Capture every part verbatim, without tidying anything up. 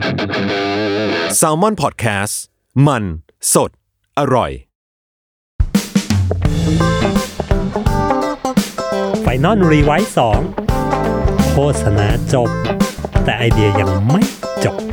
Salmon Podcast มันสดอร่อย Final Rewrite สองโฆษณาจบแต่ไอเดียยังไม่จบ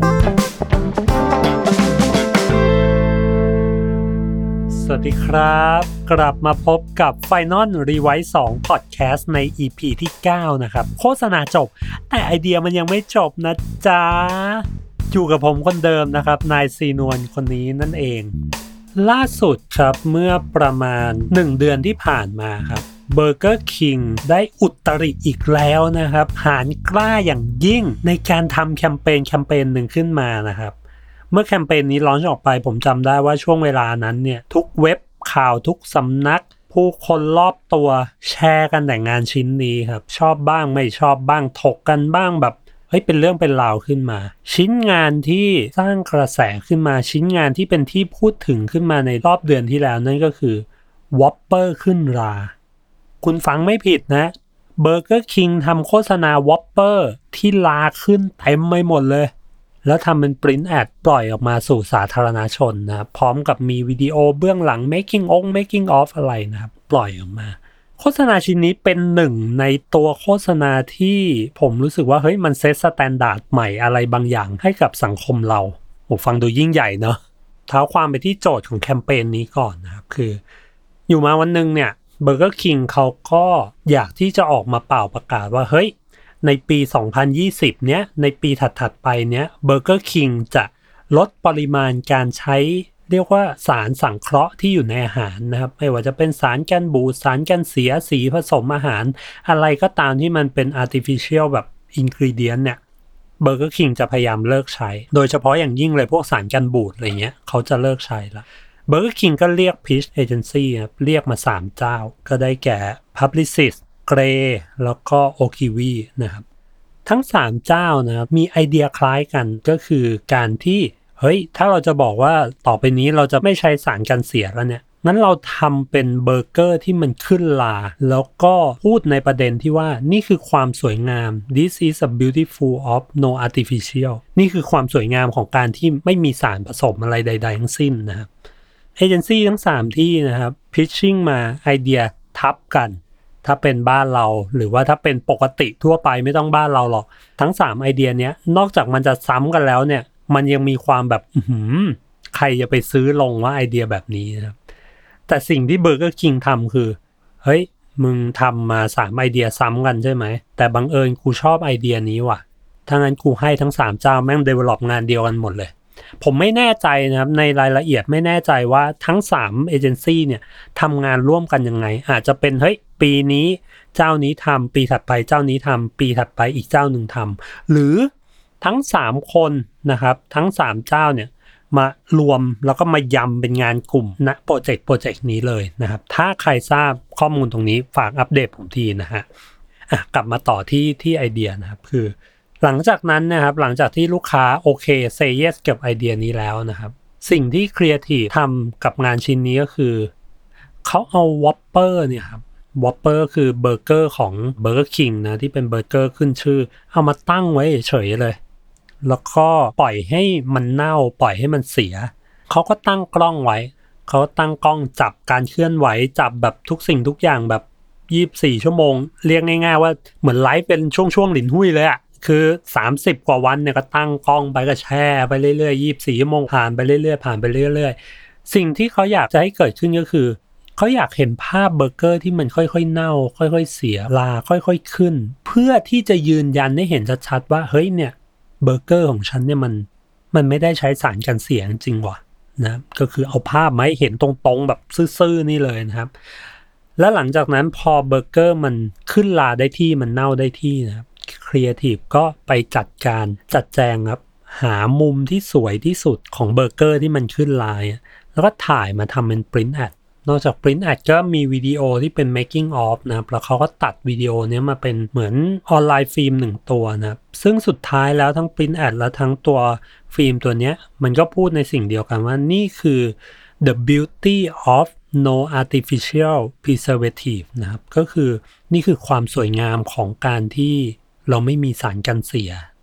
สวัสดีครับกลับมาพบกับ Final Rewrite สอง Podcast ใน อี พี ที่ เก้า นะครับโฆษณาจบแต่ไอเดียมันยังไม่จบนะจ๊ะอยู่กับผมคนเดิมนะครับนายซีนวลคนนี้นั่นเองล่าสุดครับเมื่อประมาณหนึ่งเดือนที่ผ่านมาครับBurger King ได้อุตริอีกแล้วนะครับหาญกล้าอย่างยิ่งในการทำแคมเปญแคมเปญหนึ่งขึ้นมานะครับเมื่อแคมเปญนี้ลอนช์ออกไปผมจำได้ว่าช่วงเวลานั้นเนี่ยทุกเว็บข่าวทุกสำนักผู้คนรอบตัวแชร์กันแต่งานชิ้นนี้ครับชอบบ้างไม่ชอบบ้างถกกันบ้างแบบเฮ้ยเป็นเรื่องเป็นราวขึ้นมาชิ้นงานที่สร้างกระแสขึ้นมาชิ้นงานที่เป็นที่พูดถึงขึ้นมาในรอบเดือนที่แล้วนั่นก็คือ Whopper ขึ้นราคุณฟังไม่ผิดนะ Burger King ทำโฆษณา Whopper ที่ลาขึ้นเต็มไปหมดเลยแล้วทำเป็น print ad ปล่อยออกมาสู่สาธารณชนนะพร้อมกับมีวิดีโอเบื้องหลัง making of making of อะไรนะครับปล่อยออกมาโฆษณาชิ้นนี้เป็นหนึ่งในตัวโฆษณาที่ผมรู้สึกว่าเฮ้ยมันเซตสแตนดาร์ดใหม่อะไรบางอย่างให้กับสังคมเราโหฟังดูยิ่งใหญ่เนาะเท้าความไปที่โจทย์ของแคมเปญนี้ก่อนนะครับคืออยู่มาวันนึงเนี่ยBurger King เขาก็อยากที่จะออกมาเป่าประกาศว่าเฮ้ยในปีสองพันยี่สิบเนี้ยในปีถัดๆไปเนี้ย Burger King จะลดปริมาณการใช้เรียกว่าสารสังเคราะห์ที่อยู่ในอาหารนะครับไม่ว่าจะเป็นสารกันบูดสารกันเสียสีผสมอาหารอะไรก็ตามที่มันเป็น artificial แบบ ingredient เนี่ย Burger King จะพยายามเลิกใช้โดยเฉพาะอย่างยิ่งเลยพวกสารกันบูดอะไรเงี้ยเขาจะเลิกใช้ละBurger King ก็เรียก Pitch Agency ครับเรียกมาสามเจ้าก็ได้แก่ Publicis Gray แล้วก็ Okiwi นะครับทั้งสามเจ้านะครับมีไอเดียคล้ายกันก็คือการที่เฮ้ยถ้าเราจะบอกว่าต่อไปนี้เราจะไม่ใช้สารกันเสียแล้วเนี่ยงั้นเราทำเป็นเบอร์เกอร์ที่มันขึ้นราแล้วก็พูดในประเด็นที่ว่านี่คือความสวยงาม This is a beautiful of no artificial นี่คือความสวยงามของการที่ไม่มีสารผสมอะไรใดๆทั้งสิ้นนะครับเอเจนซี่ทั้งสามที่นะครับพิชชิ่งมาไอเดียทับกันถ้าเป็นบ้านเราหรือว่าถ้าเป็นปกติทั่วไปไม่ต้องบ้านเราหรอกทั้งสามไอเดียเนี้ยนอกจากมันจะซ้ำกันแล้วเนี่ยมันยังมีความแบบหืมใครจะไปซื้อลงว่าไอเดียแบบนี้นะครับแต่สิ่งที่ Burger King ทำคือเฮ้ยมึงทำมาสามไอเดียซ้ำกันใช่ไหมแต่บังเอิญกูชอบไอเดียนี้ว่ะถ้างั้นกูให้ทั้งสามเจ้าแม่ง develop งานเดียวกันหมดเลยผมไม่แน่ใจนะครับในรายละเอียดไม่แน่ใจว่าทั้งสามเอเจนซี่เนี่ยทำงานร่วมกันยังไงอาจจะเป็นเฮ้ยปีนี้เจ้านี้ทำปีถัดไปเจ้านี้ทำปีถัดไปอีกเจ้าหนึ่งทำหรือทั้งสามคนนะครับทั้งสามเจ้าเนี่ยมารวมแล้วก็มายำเป็นงานกลุ่มณโปรเจกต์โปรเจกต์นี้เลยนะครับถ้าใครทราบข้อมูลตรงนี้ฝากอัปเดตผมทีนะฮะอ่ะกลับมาต่อที่ที่ไอเดียนะครับคือหลังจากนั้นนะครับหลังจากที่ลูกค้าโอเคเซย์เยสกับไอเดียนี้แล้วนะครับสิ่งที่ครีเอทีฟทำกับงานชิ้นนี้ก็คือเขาเอา Whopper เนี่ยครับ Whopper คือเบอร์เกอร์ของ Burger King นะที่เป็นเบอร์เกอร์ขึ้นชื่อเอามาตั้งไว้เฉยเลยแล้วก็ปล่อยให้มันเน่าปล่อยให้มันเสียเขาก็ตั้งกล้องไว้เขาตั้งกล้องจับการเคลื่อนไหวจับแบบทุกสิ่งทุกอย่างแบบยี่สิบสี่ชั่วโมงเรียกง่ายๆว่าเหมือนไลฟ์เป็นช่วงๆหลินหุ้ยเลยอะคือสามสิบกว่าวันเนี่ยก็ตั้งกล้องไปก็แช่ไปเรื่อยๆยี่สิบสี่ชั่วโมงผ่านไปเรื่อยๆผ่านไปเรื่อยๆสิ่งที่เขาอยากจะให้เกิดขึ้นก็คือเขาอยากเห็นภาพเบอร์เกอร์ที่มันค่อยๆเน่าค่อยๆเสียราค่อยๆขึ้นเพื่อที่จะยืนยันให้เห็นชัดๆว่าเฮ้ยเนี่ยเบอร์เกอร์ของฉันเนี่ยมันมันไม่ได้ใช้สารกันเสียจริงๆว่ะนะก็คือเอาภาพมาให้เห็นตรงๆแบบซื่อๆนี่เลยนะครับแล้วหลังจากนั้นพอเบอร์เกอร์มันขึ้นราได้ที่มันเน่าได้ที่นะครับครีเอทีฟก็ไปจัดการจัดแจงครับหามุมที่สวยที่สุดของเบอร์เกอร์ที่มันขึ้นลายแล้วก็ถ่ายมาทำเป็น print ad นอกจาก print ad ก็มีวิดีโอที่เป็น making of นะครับแล้วเขาก็ตัดวิดีโอนี้มาเป็นเหมือนออนไลน์ฟิล์มหนึ่งตัวนะครับซึ่งสุดท้ายแล้วทั้ง print ad และทั้งตัวฟิล์มตัวนี้มันก็พูดในสิ่งเดียวกันว่านี่คือ the beauty of no artificial preservative นะครับก็คือนี่คือความสวยงามของการที่เราไม่มีสารกันเสีย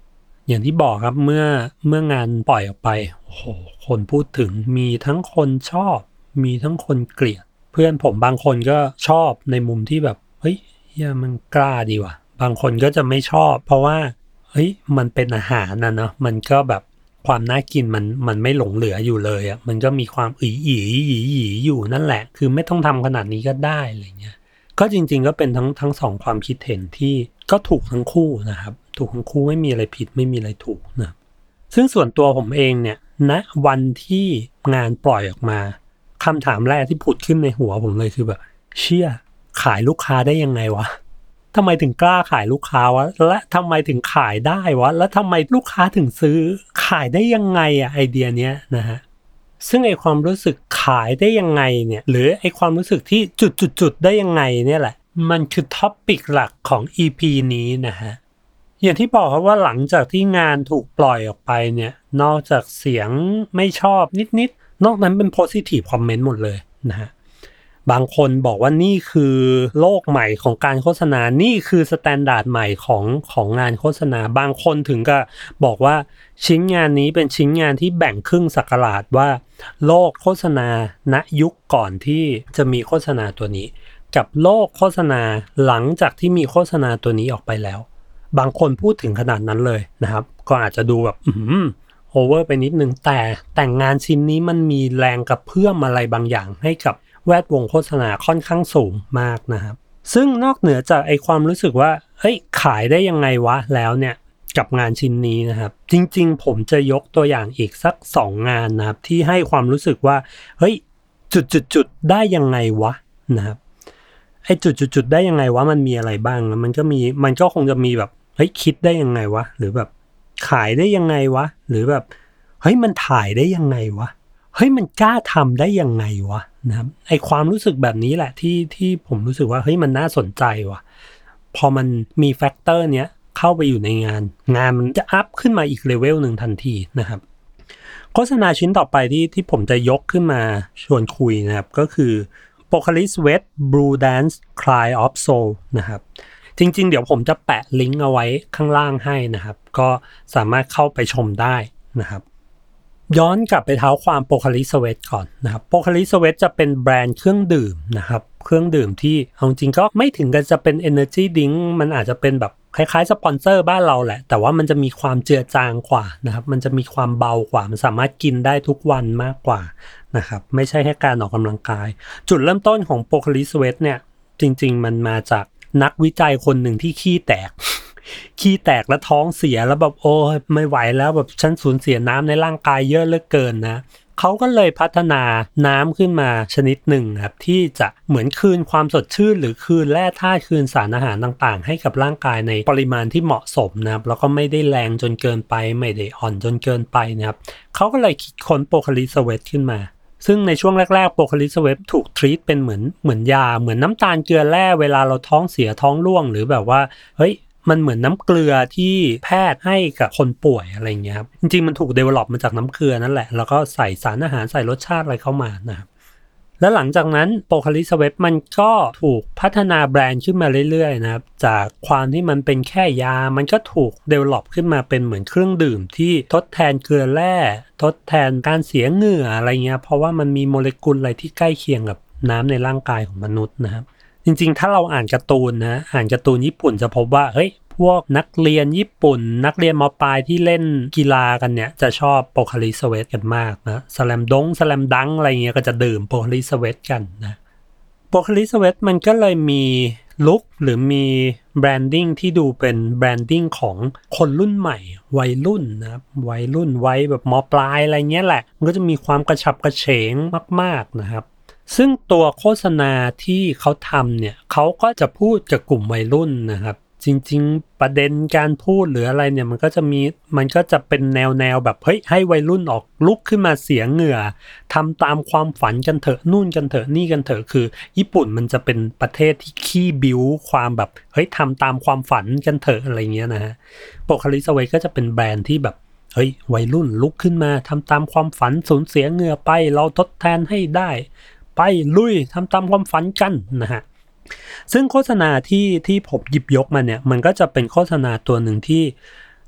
อย่างที่บอกครับเมื่อเมื่องานปล่อยออกไปโอ้โหคนพูดถึงมีทั้งคนชอบมีทั้งคนเกลียดเพื่อนผมบางคนก็ชอบในมุมที่แบบเฮ้ยเหี้ยมันกล้าดีว่ะบางคนก็จะไม่ชอบเพราะว่าเฮ้ยมันเป็นอาหารนะเนาะมันก็แบบความน่ากินมันมันไม่หลงเหลืออยู่เลยอ่ะมันก็มีความอีอีอีอีอยู่นั่นแหละคือไม่ต้องทำขนาดนี้ก็ได้อะไรเงี้ยก็จริงๆก็เป็นทั้งทั้งสองความคิดเห็นที่ก็ถูกทั้งคู่นะครับถูกทั้งคู่ไม่มีอะไรผิดไม่มีอะไรถูกนะซึ่งส่วนตัวผมเองเนี่ยณนะวันที่งานปล่อยออกมาคำถามแรกที่ผุดขึ้นในหัวผมเลยคือแบบเชี่ยขายลูกค้าได้ยังไงวะทำไมถึงกล้าขายลูกค้าวะและทำไมถึงขายได้วะแล้วทำไมลูกค้าถึงซื้อขายได้ยังไงอะไอเดียเนี้ยนะฮะซึ่งไอความรู้สึกขายได้ยังไงเนี่ยหรือไอความรู้สึกที่จุดๆๆได้ยังไงเนี่ยแหละมันคือท็อปปิกหลักของ อี พี นี้นะฮะอย่างที่บอกครับว่าหลังจากที่งานถูกปล่อยออกไปเนี่ยนอกจากเสียงไม่ชอบนิดๆนอกนั้นเป็น positive comment หมดเลยนะฮะบางคนบอกว่านี่คือโลกใหม่ของการโฆษณานี่คือสแตนดาร์ดใหม่ของของงานโฆษณาบางคนถึงกับบอกว่าชิ้นงานนี้เป็นชิ้นงานที่แบ่งครึ่งศักราชว่าโลกโฆษณาณยุคก่อนที่จะมีโฆษณาตัวนี้กับโลกโฆษณาหลังจากที่มีโฆษณาตัวนี้ออกไปแล้วบางคนพูดถึงขนาดนั้นเลยนะครับก็อาจจะดูแบบอืมโอเวอร์ไปนิดนึงแต่แต่งงานชิ้นนี้มันมีแรงกระเพื่อมอะไรบางอย่างให้กับแวดวงโฆษณาค่อนข้างสูงมากนะครับซึ่งนอกเหนือจากไอความรู้สึกว่าเฮ้ยขายได้ยังไงวะแล้วเนี่ยกับงานชิ้นนี้นะครับจริงๆผมจะยกตัวอย่างอีกสักสองงานนะครับที่ให้ความรู้สึกว่าเฮ้ยจุดๆๆได้ยังไงวะนะครับไอจุดๆๆได้ยังไงวะมันมีอะไรบ้างมันก็มีมันก็คงจะมีแบบเฮ้ยคิดได้ยังไงวะหรือแบบขายได้ยังไงวะหรือแบบเฮ้ยมันถ่ายได้ยังไงวะเฮ้ยมันกล้าทำได้ยังไงวะนะครับไอความรู้สึกแบบนี้แหละที่ที่ผมรู้สึกว่าเฮ้ยมันน่าสนใจว่ะพอมันมีแฟกเตอร์เนี้ยเข้าไปอยู่ในงานงานมันจะอัพขึ้นมาอีกเลเวลหนึ่งทันทีนะครับโฆษณาชิ้นต่อไปที่ที่ผมจะยกขึ้นมาชวนคุยนะครับก็คือ Pocahontas West Blue Dance Cry of Soul นะครับจริงๆเดี๋ยวผมจะแปะลิงก์เอาไว้ข้างล่างให้นะครับก็สามารถเข้าไปชมได้นะครับย้อนกลับไปเท้าความ Pocahontas West ก่อนนะครับ Pocahontas West จะเป็นแบรนด์เครื่องดื่มนะครับเครื่องดื่มที่เอาจริงก็ไม่ถึงกับจะเป็น Energy Drink มันอาจจะเป็นแบบคล้ายๆสปอนเซอร์บ้านเราแหละแต่ว่ามันจะมีความเจือจางกว่านะครับมันจะมีความเบากว่ามันสามารถกินได้ทุกวันมากกว่านะครับไม่ใช่แค่การออกกำลังกายจุดเริ่มต้นของ Pocahontas West เนี่ยจริงๆมันมาจากนักวิจัยคนหนึ่งที่ขี้แตก ขี้แตกแล้วท้องเสียแล้วแบบโอ้ยไม่ไหวแล้วแบบฉันสูญเสียน้ำในร่างกายเยอะเหลือเกินนะเขาก็เลยพัฒนาน้ำขึ้นมาชนิดหนึ่งครับที่จะเหมือนคืนความสดชื่นหรือคืนแร่ธาตุคืนสารอาหารต่างๆให้กับร่างกายในปริมาณที่เหมาะสมนะครับแล้วก็ไม่ได้แรงจนเกินไปไม่ได้อ่อนจนเกินไปนะครับเขาก็เลยคิดค้น Pocahontas West ขึ้นมาซึ่งในช่วงแรกๆ Pocahontas West ถูกทรีตเป็นเหมือนเหมือนยาเหมือนน้ำตาลเกลือแร่เวลาเราท้องเสียท้องร่วงหรือแบบว่าเฮ้ยมันเหมือนน้ำเกลือที่แพทย์ให้กับคนป่วยอะไรเงี้ยครับจริงๆมันถูก develop มาจากน้ำเกลือนั่นแหละแล้วก็ใส่สารอาหารใส่รสชาติอะไรเข้ามานะครับแล้วหลังจากนั้น Pocahontas West มันก็ถูกพัฒนาแบรนด์ขึ้นมาเรื่อยๆนะครับจากความที่มันเป็นแค่ยามันก็ถูก develop ขึ้นมาเป็นเหมือนเครื่องดื่มที่ทดแทนเกลือแร่ทดแทนการเสียเหงื่ออะไรเงี้ยเพราะว่ามันมีโมเลกุลอะไรที่ใกล้เคียงกับน้ำในร่างกายของมนุษย์นะครับจริงๆถ้าเราอ่านการ์ตูนนะอ่านการ์ตูนญี่ปุ่นจะพบว่าเฮ้ยพวกนักเรียนญี่ปุ่นนักเรียนม.ปลายที่เล่นกีฬากันเนี่ยจะชอบ Pocahontas West กันมากนะสแลมดงสแลมดังอะไรเงี้ยก็จะดื่ม Pocahontas West กันนะ Pocahontas West มันก็เลยมีลุคหรือมีแบรนดิ้งที่ดูเป็นแบรนดิ้งของคนรุ่นใหม่วัยรุ่นนะครับวัยรุ่นวัยแบบม.ปลายอะไรเงี้ยแหละมันก็จะมีความกระฉับกระเฉงมากๆนะครับซึ่งตัวโฆษณาที่เขาทำเนี่ยเขาก็จะพูดกับกลุ่มวัยรุ่นนะครับจริงๆประเด็นการพูดหรืออะไรเนี่ยมันก็จะมีมันก็จะเป็นแนวแนวแบบเฮ้ยให้วัยรุ่นออกลุกขึ้นมาเสียเหงื่อทำตามความฝันกันเถอะนู่นกันเถอะนี่กันเถอะคือญี่ปุ่นมันจะเป็นประเทศที่ขี้บิ้วความแบบเฮ้ยทำตามความฝันกันเถอะอะไรเงี้ยนะฮะPocahontas Westก็จะเป็นแบรนด์ที่แบบเฮ้ยวัยรุ่นลุกขึ้นมาทำตามความฝันสูญเสียเหงื่อไปเราทดแทนให้ได้ไปลุยทำตามความฝันกันนะฮะซึ่งโฆษณาที่ที่ผมหยิบยกมาเนี่ยมันก็จะเป็นโฆษณาตัวหนึ่งที่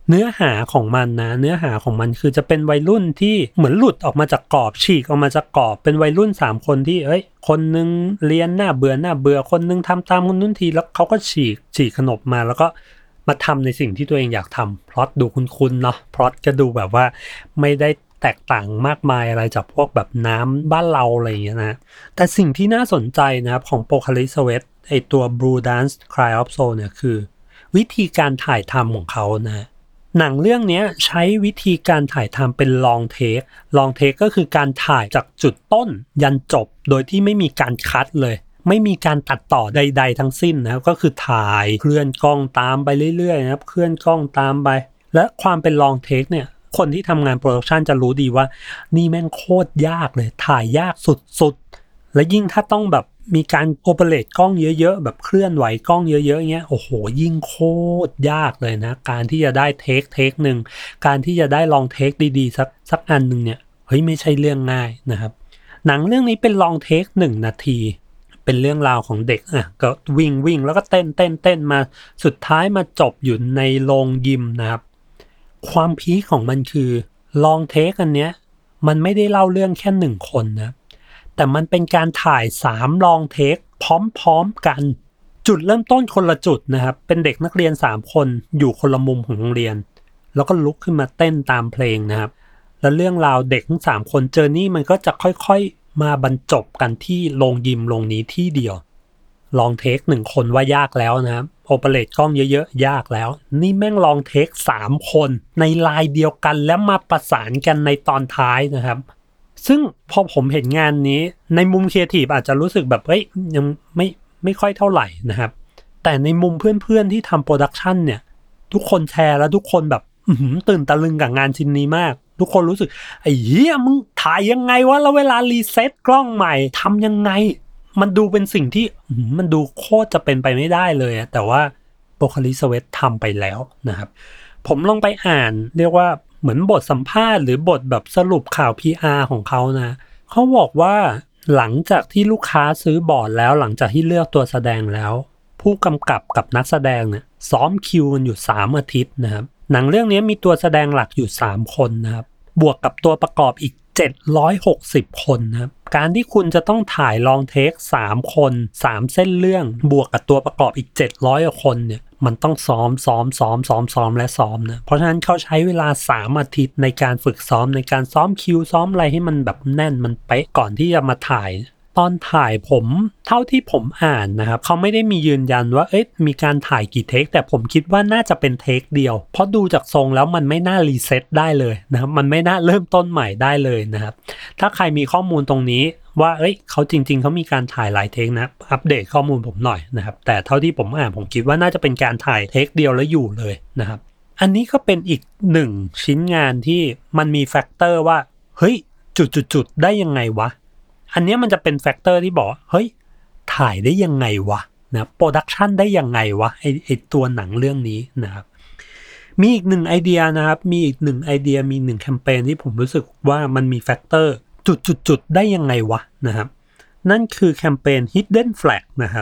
เนื้อหาของมันนะเนื้อหาของมันคือจะเป็นวัยรุ่นที่เหมือนหลุดออกมาจากกรอบฉีกออกมาจากกรอบเป็นวัยรุ่นสามคนที่เอ้ยคนนึงเรียนหน้าเบื่อหน้าเบื่อคนนึงทำตามคนนู้นทีแล้วเขาก็ฉีกฉีกขนบมาแล้วก็มาทำในสิ่งที่ตัวเองอยากทำพล็อตดูคุ้นๆเนาะพล็อตก็ดูแบบว่าไม่ได้แตกต่างมากมายอะไรจากพวกแบบน้ำบ้านเราอะไรอย่างเงี้ยนะแต่สิ่งที่น่าสนใจนะครับของ Pocahontas Sweat ไอตัว Blue Dance Cry of Soul เนี่ยคือวิธีการถ่ายทำของเขานะหนังเรื่องนี้ใช้วิธีการถ่ายทำเป็น long take long take ก็คือการถ่ายจากจุดต้นยันจบโดยที่ไม่มีการคัตเลยไม่มีการตัดต่อใดๆทั้งสิ้นนะครับก็คือถ่ายเคลื่อนกล้องตามไปเรื่อยๆนะครับเคลื่อนกล้องตามไปและความเป็น long take เนี่ยคนที่ทำงานโปรดักชันจะรู้ดีว่านี่แม่งโคตรยากเลยถ่ายยากสุดๆและยิ่งถ้าต้องแบบมีการโอเปเรตกล้องเยอะๆแบบเคลื่อนไหวกล้องเยอะๆอย่างเงี้ยโอ้โหยิ่งโคตรยากเลยนะการที่จะได้เทคเทคหนึ่งการที่จะได้ลองเทคดีๆสักสักอันนึงเนี่ยเฮ้ยไม่ใช่เรื่องง่ายนะครับหนังเรื่องนี้เป็นลองเทคหนึ่งนาทีเป็นเรื่องราวของเด็กอ่ะก็วิ่งวิ่งแล้วก็เต้นเต้นเต้นมาสุดท้ายมาจบอยู่ในโรงยิมนะครับความพีคของมันคือลองเทคอันเนี้ยมันไม่ได้เล่าเรื่องแค่หนึ่งคนนะแต่มันเป็นการถ่ายสามลองเทคพร้อมๆกันจุดเริ่มต้นคนละจุดนะครับเป็นเด็กนักเรียนสามคนอยู่คนละมุมของโรงเรียนแล้วก็ลุกขึ้นมาเต้นตามเพลงนะครับแล้วเรื่องราวเด็กทั้งสามคนเจอนี่มันก็จะค่อยๆมาบรรจบกันที่โรงยิมโรงนี้ที่เดียวลองเทคหนึ่งคนว่ายากแล้วนะครับโอเปเรตกล้องเยอะๆยากแล้วนี่แม่งลองเทคสามคนในไลน์เดียวกันแล้วมาประสานกันในตอนท้ายนะครับซึ่งพอผมเห็นงานนี้ในมุมครีเอทีฟอาจจะรู้สึกแบบเอ้ยยังไม่ไม่ค่อยเท่าไหร่นะครับแต่ในมุมเพื่อนๆที่ทำโปรดักชันเนี่ยทุกคนแชร์แล้วทุกคนแบบตื่นตะลึงกับงานชิ้นนี้มากทุกคนรู้สึกไอ้เหี้ยมึงถ่ายยังไงวะแล้วเวลารีเซ็ตกล้องใหม่ทำยังไงมันดูเป็นสิ่งที่มันดูโคตรจะเป็นไปไม่ได้เลยแต่ว่าโปคาลิสเวททำไปแล้วนะครับผมลองไปอ่านเรียกว่าเหมือนบทสัมภาษณ์หรือบทแบบสรุปข่าว พี อาร์ ของเขานะเขาบอกว่าหลังจากที่ลูกค้าซื้อบอร์ดแล้วหลังจากที่เลือกตัวแสดงแล้วผู้กำกับกับนักแสดงเนี่ยซ้อมคิวกันอยู่สามอาทิตย์นะครับหนังเรื่องนี้มีตัวแสดงหลักอยู่สามคนนะครับบวกกับตัวประกอบอีกเจ็ดร้อยหกสิบคนนะครับการที่คุณจะต้องถ่ายลองเทคสามคนสามเส้นเรื่องบวกกับตัวประกอบอีกเจ็ดร้อยกว่าคนเนี่ยมันต้องซ้อมซ้อมซ้อมซ้อมซ้อมและซ้อมนะเพราะฉะนั้นเขาใช้เวลาสามอาทิตย์ในการฝึกซ้อมในการซ้อมคิวซ้อมอะไรให้มันแบบแน่นมันเป๊ะก่อนที่จะมาถ่ายตอนถ่ายผมเท่าที่ผมอ่านนะครับเขาไม่ได้มียืนยันว่าเอ๊ะมีการถ่ายกี่เทคแต่ผมคิดว่าน่าจะเป็นเทคเดียวเพราะดูจากทรงแล้วมันไม่น่ารีเซ็ตได้เลยนะครับมันไม่น่าเริ่มต้นใหม่ได้เลยนะครับถ้าใครมีข้อมูลตรงนี้ว่าเอ้ยเขาจริงๆเขามีการถ่ายหลายเทคนะอัปเดตข้อมูลผมหน่อยนะครับแต่เท่าที่ผมอ่านผมคิดว่าน่าจะเป็นการถ่ายเทคเดียวแล้วอยู่เลยนะครับอันนี้ก็เป็นอีกหนึ่งชิ้นงานที่มันมีแฟกเตอร์ว่าเฮ้ยจุดๆๆได้ยังไงวะอันนี้มันจะเป็นแฟกเตอร์ที่บอกเฮ้ยถ่ายได้ยังไงวะนะโปรดักชันได้ยังไงวะไอไอตัวหนังเรื่องนี้นะครับมีอีกหนึ่งไอเดียนะครับมีอีกหนึ่งไอเดียมีหนึ่งแคมเปญที่ผมรู้สึกว่ามันมีแฟกเตอร์จุดๆๆได้ยังไงวะนะครับนั่นคือแคมเปญ Hidden Flag นะครับ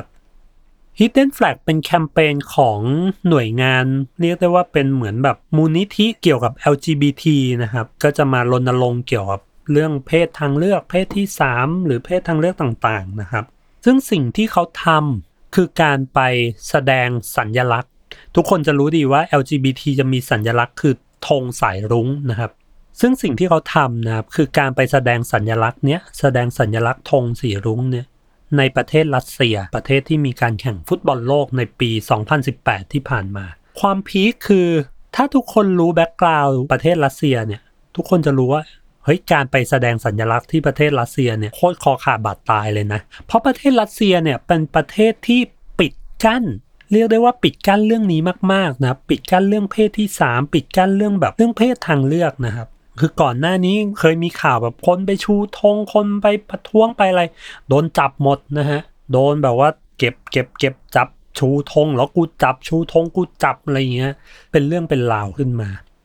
Hidden Flag เป็นแคมเปญของหน่วยงานเรียกได้ว่าเป็นเหมือนแบบมูลนิธิเกี่ยวกับ แอล จี บี ที นะครับก็จะมารณรงค์เกี่ยวกับเรื่องเพศทางเลือกเพศที่สามหรือเพศทางเลือกต่างๆนะครับซึ่งสิ่งที่เขาทำคือการไปแสดงสัญลักษณ์ทุกคนจะรู้ดีว่า แอล จี บี ที จะมีสัญลักษณ์คือธงสายรุ้งนะครับซึ่งสิ่งที่เขาทำนะครับคือการไปแสดงสัญลักษณ์เนี้ยแสดงสัญลักษณ์ธงสีรุ้งเนี่ยในประเทศรัสเซียประเทศที่มีการแข่งฟุตบอลโลกในปีสองพันสิบแปดที่ผ่านมาความพีคคือถ้าทุกคนรู้แบ็คกราวด์ประเทศรัสเซียเนี่ยทุกคนจะรู้ว่าเฮ้ยการไปแสดงสัญลักษณ์ที่ประเทศรัสเซียเนี่ยโคตรคอขาดบาดตายเลยนะเพราะประเทศรัสเซียเนี่ยเป็นประเทศที่ปิดกั้นเรียกได้ว่าปิดกั้นเรื่องนี้มากๆนะปิดกั้นเรื่องเพศที่สามปิดกั้นเรื่องแบบเรื่องเพศทางเลือกนะครับคือก่อนหน้านี้เคยมีข่าวแบบคนไปชูธงคนไปประท้วงไปอะไรโดนจับหมดนะฮะโดนแบบว่าเก็บเก็บเก็บจับชูธงแล้วกูจับชูธงกูจับอะไรเงี้ยเป็นเรื่องเป็นราวขึ้นมา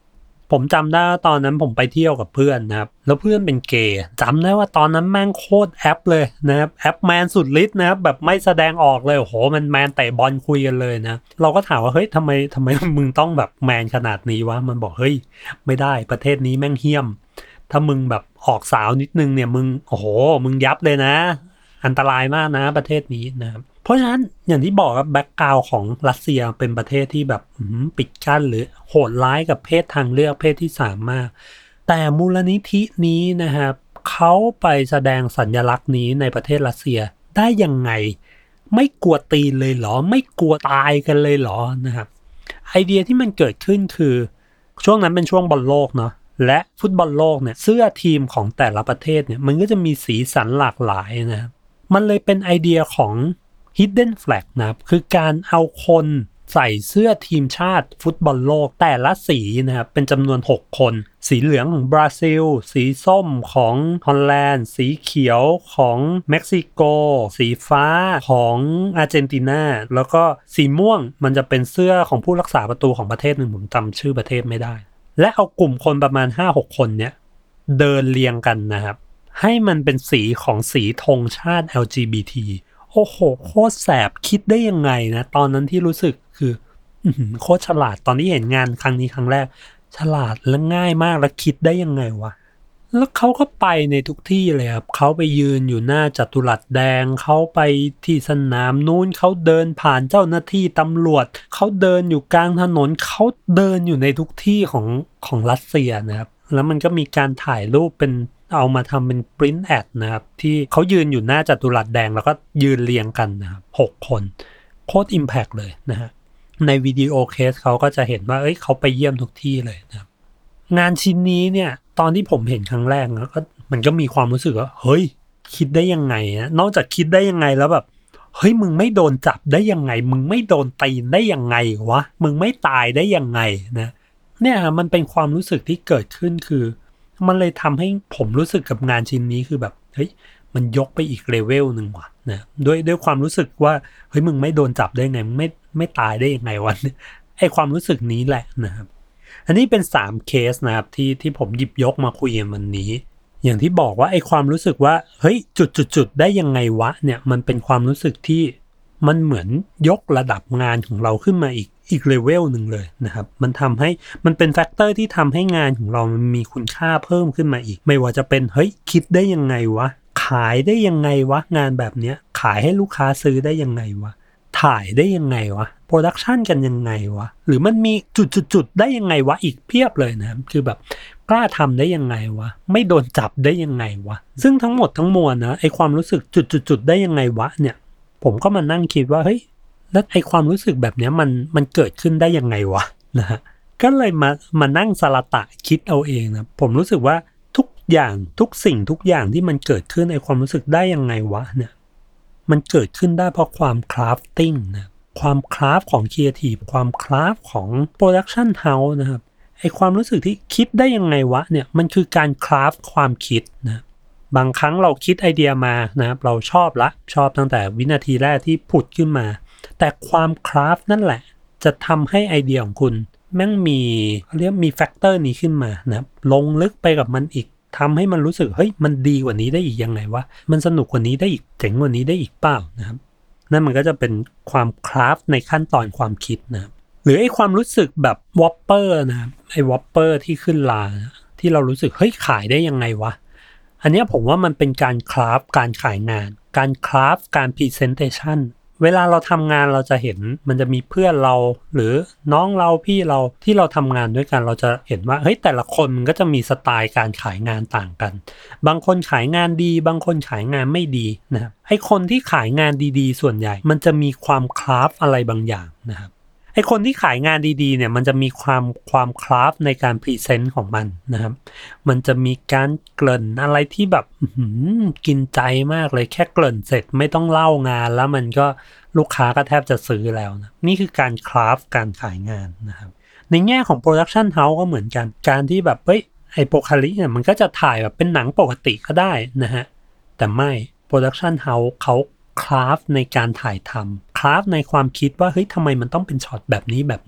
ผมจำได้ว่าตอนนั้นผมไปเที่ยวกับเพื่อนนะครับแล้วเพื่อนเป็นเกย์จำได้ว่าตอนนั้นแม่งโคตรแอปเลยนะครับแอปแมนสุดฤทธิ์นะครับแบบไม่แสดงออกเลยโอ้โหมันแมนเตะบอลคุยกันเลยนะเราก็ถามว่าเฮ้ยทำไมทำไมมึงต้องแบบแมนขนาดนี้วะมันบอกเฮ้ยไม่ได้ประเทศนี้แม่งเหี้ยมถ้ามึงแบบออกสาวนิดนึงเนี่ยมึงโอ้โหมึงยับเลยนะอันตรายมากนะประเทศนี้นะครับเพราะฉะนั้นอย่างที่บอกครับแบ็กกราวด์ของรัสเซียเป็นประเทศที่แบบปิดกั้นหรือโหดร้ายกับเพศทางเลือกเพศที่สามมากแต่มูลนิธินี้นะครับเขาไปแสดงสัญลักษณ์นี้ในประเทศรัสเซียได้ยังไงไม่กลัวตีนเลยเหรอไม่กลัวตายกันเลยเหรอนะครับไอเดียที่มันเกิดขึ้นคือช่วงนั้นเป็นช่วงบอลโลกเนาะและฟุตบอลโลกเนี่ยเสื้อทีมของแต่ละประเทศเนี่ยมันก็จะมีสีสันหลากหลายนะครับมันเลยเป็นไอเดียของHidden Flag นะครับคือการเอาคนใส่เสื้อทีมชาติฟุตบอลโลกแต่ละสีนะครับเป็นจำนวนหกคนสีเหลืองของบราซิลสีส้มของฮอลแลนด์สีเขียวของเม็กซิโกสีฟ้าของอาร์เจนตินาแล้วก็สีม่วงมันจะเป็นเสื้อของผู้รักษาประตูของประเทศหนึ่งผมจำชื่อประเทศไม่ได้และเอากลุ่มคนประมาณ ห้าหก คนเนี้ยเดินเรียงกันนะครับให้มันเป็นสีของสีธงชาติ แอล จี บี ทีโอ้โหโคตรแสบคิดได้ยังไงนะตอนนั้นที่รู้สึกคือโคตรฉลาดตอนที่เห็นงานครั้งนี้ครั้งแรกฉลาดและง่ายมากแล้วคิดได้ยังไงวะแล้วเขาก็ไปในทุกที่เลยครับเขาไปยืนอยู่หน้าจัตุรัสแดงเขาไปที่สนามนู้นเขาเดินผ่านเจ้าหน้าที่ตำรวจเขาเดินอยู่กลางถนนเขาเดินอยู่ในทุกที่ของของรัสเซียนะครับแล้วมันก็มีการถ่ายรูปเป็นเอามาทำเป็น print ad นะครับที่เขายืนอยู่หน้าจัตุรัสแดงแล้วก็ยืนเรียงกันนะครับหกคนโคตร impact เลยนะฮะในวิดีโอเคสเขาก็จะเห็นว่าเอ้ยเขาไปเยี่ยมทุกที่เลยนะครับงานชิ้นนี้เนี่ยตอนที่ผมเห็นครั้งแรกแล้วก็มันก็มีความรู้สึกว่าเฮ้ยคิดได้ยังไงนะนอกจากคิดได้ยังไงแล้วแบบเฮ้ยมึงไม่โดนจับได้ยังไงมึงไม่โดนตีนได้ยังไงวะมึงไม่ตายได้ยังไงนะเนี่ยมันเป็นความรู้สึกที่เกิดขึ้นคือมันเลยทำให้ผมรู้สึกกับงานชิ้นนี้คือแบบเฮ้ยมันยกไปอีกเลเวลหนึ่งว่ะนะด้วยด้วยความรู้สึกว่าเฮ้ยมึงไม่โดนจับได้ไงมึงไม่ไม่ตายได้ยังไงวะไอความรู้สึกนี้แหละนะครับอันนี้เป็นสามเคสนะครับที่ที่ผมหยิบยกมาคุยกันวันนี้อย่างที่บอกว่าไอความรู้สึกว่าเฮ้ยจุดๆๆได้ยังไงวะเนี่ยมันเป็นความรู้สึกที่มันเหมือนยกระดับงานของเราขึ้นมาอีกอีกเลเวลหนึ่งเลยนะครับมันทำให้มันเป็นแฟกเตอร์ที่ทำให้งานของเรามันมีคุณค่าเพิ่มขึ้นมาอีกไม่ว่าจะเป็นเฮ้ยคิดได้ยังไงวะขายได้ยังไงวะงานแบบเนี้ยขายให้ลูกค้าซื้อได้ยังไงวะถ่ายได้ยังไงวะโปรดักชันกันยังไงวะหรือมันมีจุดๆๆได้ยังไงวะอีกเพียบเลยนะคือแบบกล้าทำได้ยังไงวะไม่โดนจับได้ยังไงวะซึ่งทั้งหมดทั้งมวลนะไอความรู้สึกจุดๆๆได้ยังไงวะเนี่ยผมก็มานั่งคิดว่าเฮ้ยแล้วไอความรู้สึกแบบนี้มันมันเกิดขึ้นได้ยังไงวะนะฮะก็เลยมามานั่งสละตะคิดเอาเองนะผมรู้สึกว่าทุกอย่างทุกสิ่งทุกอย่างที่มันเกิดขึ้นไอความรู้สึกได้ยังไงวะเนี่ยมันเกิดขึ้นได้เพราะความคราฟติ้งนะความคราฟของครีเอทีฟความคราฟของโปรดักชันเฮาส์นะครับไอความรู้สึกที่คิดได้ยังไงวะเนี่ยมันคือการคราฟความคิดนะบางครั้งเราคิดไอเดียมานะครับเราชอบละชอบตั้งแต่วินาทีแรกที่ผุดขึ้นมาแต่ความคราฟนั่นแหละจะทำให้ไอเดียของคุณแม่งมีเรียกมีแฟกเตอร์นี้ขึ้นมานะครับลงลึกไปกับมันอีกทำให้มันรู้สึกเฮ้ยมันดีกว่านี้ได้อีกยังไงวะมันสนุกกว่านี้ได้อีกเจ๋งกว่านี้ได้อีกเปล่านะครับนั่นมันก็จะเป็นความคราฟในขั้นตอนความคิดนะครับหรือไอความรู้สึกแบบวอปเปอร์นะครับไอวอปเปอร์ที่ขึ้นลาที่เรารู้สึกเฮ้ยขายได้ยังไงวะอันนี้ผมว่ามันเป็นการคราฟการขายงานการคราฟการพรีเซนเทชันเวลาเราทำงานเราจะเห็นมันจะมีเพื่อนเราหรือน้องเราพี่เราที่เราทำงานด้วยกันเราจะเห็นว่าเฮ้ยแต่ละคนมันก็จะมีสไตล์การขายงานต่างกันบางคนขายงานดีบางคนขายงานไม่ดีนะครับไอ้คนที่ขายงานดีๆส่วนใหญ่มันจะมีความคราฟอะไรบางอย่างนะครับไอ้คนที่ขายงานดีๆเนี่ยมันจะมีความความคราฟในการพรีเซนต์ของมันนะครับมันจะมีการเกริ่นอะไรที่แบบกินใจมากเลยแค่เกริ่นเสร็จไม่ต้องเล่างานแล้วมันก็ลูกค้าก็แทบจะซื้อแล้วนะนี่คือการคราฟการขายงานนะครับในแง่ของโปรดักชันเฮาส์ก็เหมือนกันการที่แบบเฮ้ยไอโปคาลิเนี่ยมันก็จะถ่ายแบบเป็นหนังปกติก็ได้นะฮะแต่ไม่โปรดักชันเฮาส์เขาคราฟในการถ่ายทำคราฟในความคิดว่าเฮ้ยทำไมมันต้องเป็นช็อตแบบนี้แบบนี้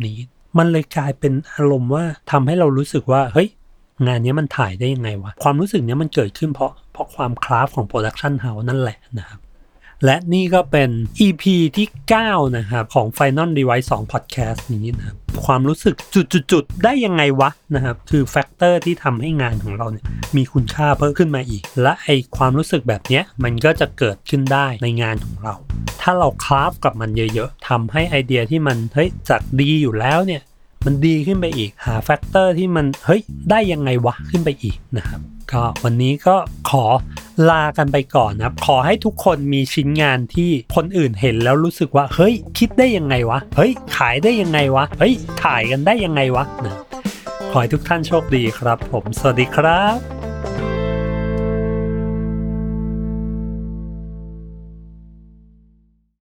มันเลยกลายเป็นอารมณ์ว่าทำให้เรารู้สึกว่าเฮ้ยงานนี้มันถ่ายได้ยังไงวะความรู้สึกนี้มันเกิดขึ้นเพราะเพราะความคราฟของโปรดักชันเฮาส์นั่นแหละนะครับและนี่ก็เป็น อี พี ที่เก้านะครับของ Final Device สอง Podcast นี้นะครับความรู้สึกจุดๆๆได้ยังไงวะนะครับคือแฟกเตอร์ที่ทำให้งานของเราเนี่ยมีคุณค่าเพิ่มขึ้นมาอีกและไอความรู้สึกแบบนี้มันก็จะเกิดขึ้นได้ในงานของเราถ้าเราคราฟกับมันเยอะๆทำให้ไอเดียที่มันเฮ้ยจากดีอยู่แล้วเนี่ยมันดีขึ้นไปอีกหาแฟกเตอร์ที่มันเฮ้ยได้ยังไงวะขึ้นไปอีกนะครับก็วันนี้ก็ขอลากันไปก่อนนะครับขอให้ทุกคนมีชิ้นงานที่คนอื่นเห็นแล้วรู้สึกว่าเฮ้ยคิดได้ยังไงวะเฮ้ยขายได้ยังไงวะเฮ้ยถ่ายกันได้ยังไงวะนะขอให้ทุกท่านโชคดีครับผมสวัสดีครับ